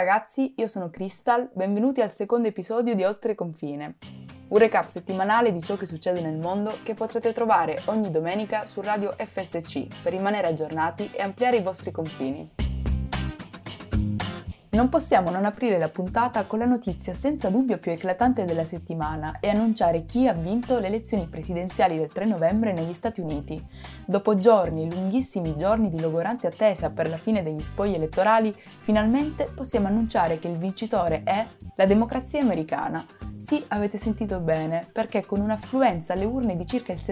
ragazzi, io sono Crystal, benvenuti al secondo episodio di Oltre Confine, un recap settimanale di ciò che succede nel mondo che potrete trovare ogni domenica su Radio FSC per rimanere aggiornati e ampliare i vostri confini. Non possiamo non aprire la puntata con la notizia senza dubbio più eclatante della settimana e annunciare chi ha vinto le elezioni presidenziali del 3 novembre negli Stati Uniti. Dopo giorni, lunghissimi giorni di logorante attesa per la fine degli spogli elettorali, finalmente possiamo annunciare che il vincitore è la democrazia americana. Sì, avete sentito bene, perché con un'affluenza alle urne di circa il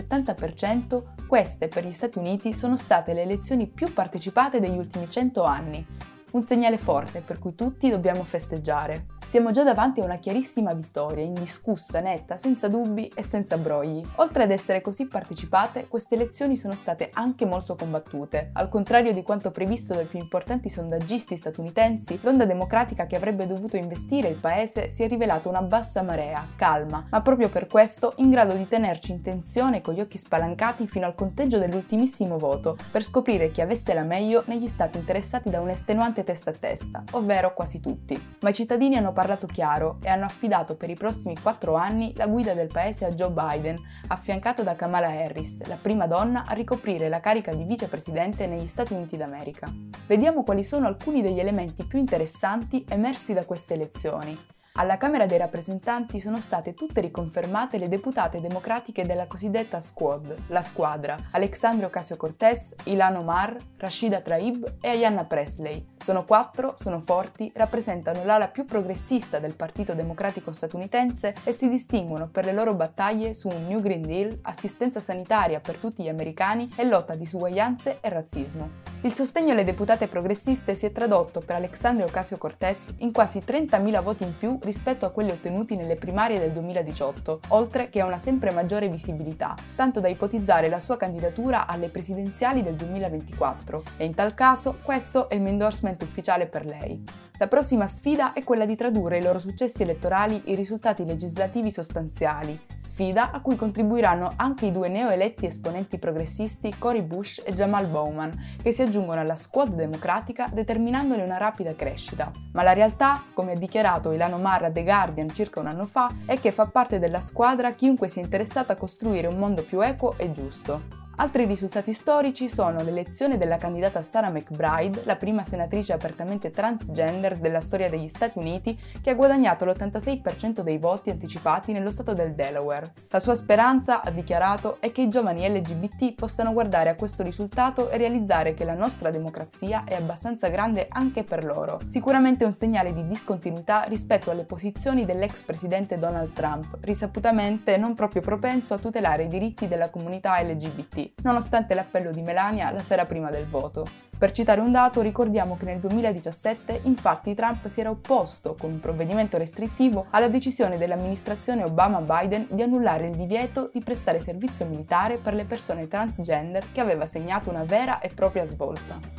70%, queste per gli Stati Uniti sono state le elezioni più partecipate degli ultimi 100 anni. Un segnale forte per cui tutti dobbiamo festeggiare. Siamo già davanti a una chiarissima vittoria, indiscussa, netta, senza dubbi e senza brogli. Oltre ad essere così partecipate, queste elezioni sono state anche molto combattute. Al contrario di quanto previsto dai più importanti sondaggisti statunitensi, l'onda democratica che avrebbe dovuto investire il paese si è rivelata una bassa marea, calma, ma proprio per questo in grado di tenerci in tensione con gli occhi spalancati fino al conteggio dell'ultimissimo voto, per scoprire chi avesse la meglio negli stati interessati da un estenuante testa a testa, ovvero quasi tutti. Ma i cittadini hanno parlato chiaro e hanno affidato per i prossimi 4 anni la guida del paese a Joe Biden, affiancato da Kamala Harris, la prima donna a ricoprire la carica di vicepresidente negli Stati Uniti d'America. Vediamo quali sono alcuni degli elementi più interessanti emersi da queste elezioni. Alla Camera dei rappresentanti sono state tutte riconfermate le deputate democratiche della cosiddetta Squad, la squadra, Alexandria Ocasio-Cortez, Ilhan Omar, Rashida Tlaib e Ayanna Pressley. Sono 4, sono forti, rappresentano l'ala più progressista del Partito Democratico statunitense e si distinguono per le loro battaglie su un New Green Deal, assistenza sanitaria per tutti gli americani e lotta a disuguaglianze e razzismo. Il sostegno alle deputate progressiste si è tradotto per Alexandria Ocasio-Cortez in quasi 30.000 voti in più rispetto a quelli ottenuti nelle primarie del 2018, oltre che a una sempre maggiore visibilità, tanto da ipotizzare la sua candidatura alle presidenziali del 2024, e in tal caso questo è il mio endorsement ufficiale per lei. La prossima sfida è quella di tradurre i loro successi elettorali in risultati legislativi sostanziali, sfida a cui contribuiranno anche i 2 neoeletti esponenti progressisti Cori Bush e Jamal Bowman, che si aggiungono alla squad democratica determinandone una rapida crescita. Ma la realtà, come ha dichiarato Ilhan Omar a The Guardian circa un anno fa, è che fa parte della squadra chiunque sia interessato a costruire un mondo più equo e giusto. Altri risultati storici sono l'elezione della candidata Sarah McBride, la prima senatrice apertamente transgender della storia degli Stati Uniti, che ha guadagnato l'86% dei voti anticipati nello stato del Delaware. La sua speranza, ha dichiarato, è che i giovani LGBT possano guardare a questo risultato e realizzare che la nostra democrazia è abbastanza grande anche per loro. Sicuramente un segnale di discontinuità rispetto alle posizioni dell'ex presidente Donald Trump, risaputamente non proprio propenso a tutelare i diritti della comunità LGBT. Nonostante l'appello di Melania la sera prima del voto. Per citare un dato, ricordiamo che nel 2017, infatti, Trump si era opposto, con un provvedimento restrittivo, alla decisione dell'amministrazione Obama-Biden di annullare il divieto di prestare servizio militare per le persone transgender, che aveva segnato una vera e propria svolta.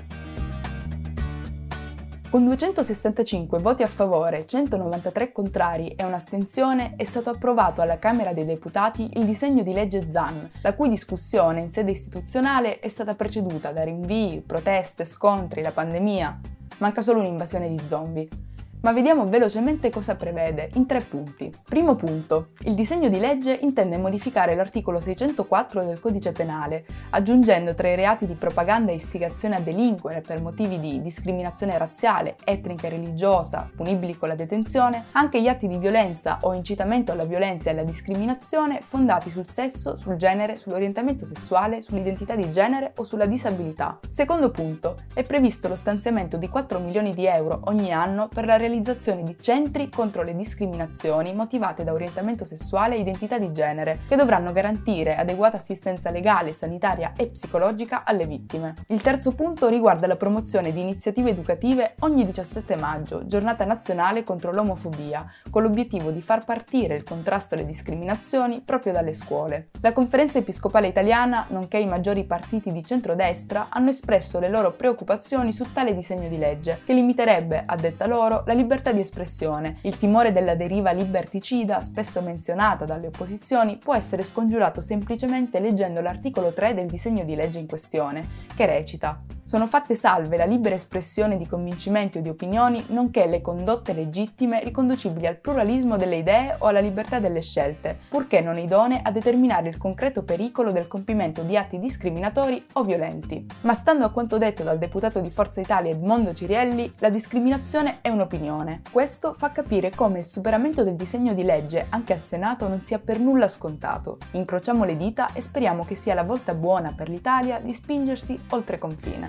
Con 265 voti a favore, 193 contrari e un'astensione è stato approvato alla Camera dei Deputati il disegno di legge Zan, la cui discussione in sede istituzionale è stata preceduta da rinvii, proteste, scontri, la pandemia. Manca solo un'invasione di zombie. Ma vediamo velocemente cosa prevede, in 3 punti. Primo punto. Il disegno di legge intende modificare l'articolo 604 del Codice Penale, aggiungendo tra i reati di propaganda e istigazione a delinquere per motivi di discriminazione razziale, etnica e religiosa, punibili con la detenzione, anche gli atti di violenza o incitamento alla violenza e alla discriminazione fondati sul sesso, sul genere, sull'orientamento sessuale, sull'identità di genere o sulla disabilità. Secondo punto. È previsto lo stanziamento di 4 milioni di euro ogni anno per la realizzazione di centri contro le discriminazioni motivate da orientamento sessuale e identità di genere, che dovranno garantire adeguata assistenza legale, sanitaria e psicologica alle vittime. Il terzo punto riguarda la promozione di iniziative educative ogni 17 maggio, giornata nazionale contro l'omofobia, con l'obiettivo di far partire il contrasto alle discriminazioni proprio dalle scuole. La Conferenza Episcopale Italiana, nonché i maggiori partiti di centrodestra, hanno espresso le loro preoccupazioni su tale disegno di legge, che limiterebbe, a detta loro, la libertà di espressione. Il timore della deriva liberticida, spesso menzionata dalle opposizioni, può essere scongiurato semplicemente leggendo l'articolo 3 del disegno di legge in questione, che recita: Sono fatte salve la libera espressione di convincimenti o di opinioni, nonché le condotte legittime riconducibili al pluralismo delle idee o alla libertà delle scelte, purché non idonee a determinare il concreto pericolo del compimento di atti discriminatori o violenti. Ma stando a quanto detto dal deputato di Forza Italia Edmondo Cirielli, la discriminazione è un'opinione. Questo fa capire come il superamento del disegno di legge anche al Senato non sia per nulla scontato. Incrociamo le dita e speriamo che sia la volta buona per l'Italia di spingersi oltre confine.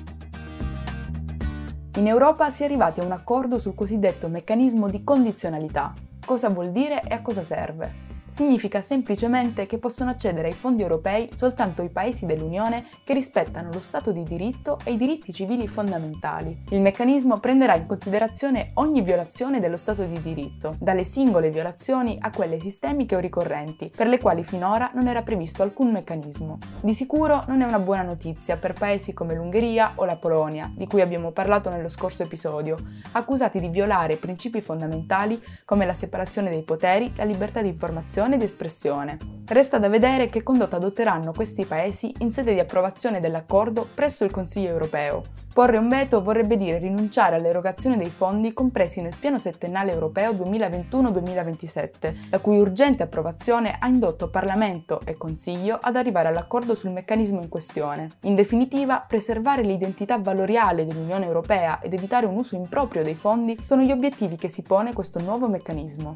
In Europa si è arrivati a un accordo sul cosiddetto meccanismo di condizionalità. Cosa vuol dire e a cosa serve? Significa semplicemente che possono accedere ai fondi europei soltanto i paesi dell'Unione che rispettano lo Stato di diritto e i diritti civili fondamentali. Il meccanismo prenderà in considerazione ogni violazione dello Stato di diritto, dalle singole violazioni a quelle sistemiche o ricorrenti, per le quali finora non era previsto alcun meccanismo. Di sicuro non è una buona notizia per paesi come l'Ungheria o la Polonia, di cui abbiamo parlato nello scorso episodio, accusati di violare principi fondamentali come la separazione dei poteri, la libertà di informazione e di espressione. Resta da vedere che condotta adotteranno questi paesi in sede di approvazione dell'accordo presso il Consiglio europeo. Porre un veto vorrebbe dire rinunciare all'erogazione dei fondi compresi nel Piano Settennale Europeo 2021-2027, la cui urgente approvazione ha indotto Parlamento e Consiglio ad arrivare all'accordo sul meccanismo in questione. In definitiva, preservare l'identità valoriale dell'Unione Europea ed evitare un uso improprio dei fondi sono gli obiettivi che si pone questo nuovo meccanismo.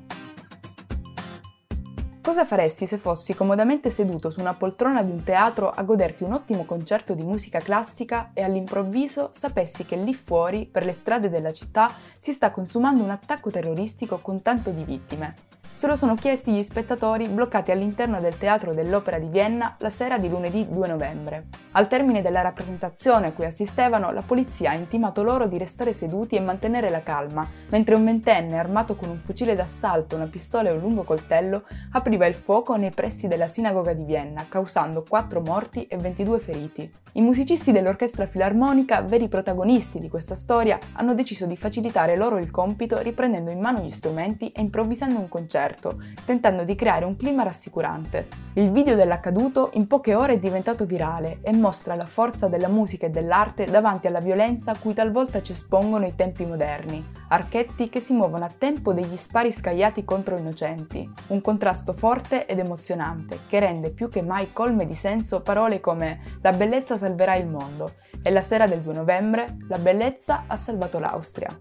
Cosa faresti se fossi comodamente seduto su una poltrona di un teatro a goderti un ottimo concerto di musica classica e all'improvviso sapessi che lì fuori, per le strade della città, si sta consumando un attacco terroristico con tanto di vittime? Se lo sono chiesti gli spettatori bloccati all'interno del Teatro dell'Opera di Vienna la sera di lunedì 2 novembre. Al termine della rappresentazione a cui assistevano, la polizia ha intimato loro di restare seduti e mantenere la calma, mentre un ventenne armato con un fucile d'assalto, una pistola e un lungo coltello apriva il fuoco nei pressi della sinagoga di Vienna, causando 4 morti e 22 feriti. I musicisti dell'Orchestra Filarmonica, veri protagonisti di questa storia, hanno deciso di facilitare loro il compito riprendendo in mano gli strumenti e improvvisando un concerto, tentando di creare un clima rassicurante. Il video dell'accaduto in poche ore è diventato virale e mostra la forza della musica e dell'arte davanti alla violenza a cui talvolta ci espongono i tempi moderni, archetti che si muovono a tempo degli spari scagliati contro innocenti. Un contrasto forte ed emozionante che rende più che mai colme di senso parole come «La bellezza salverà il mondo» e la sera del 2 novembre «La bellezza ha salvato l'Austria».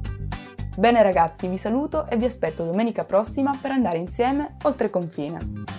Bene ragazzi, vi saluto e vi aspetto domenica prossima per andare insieme oltre confine.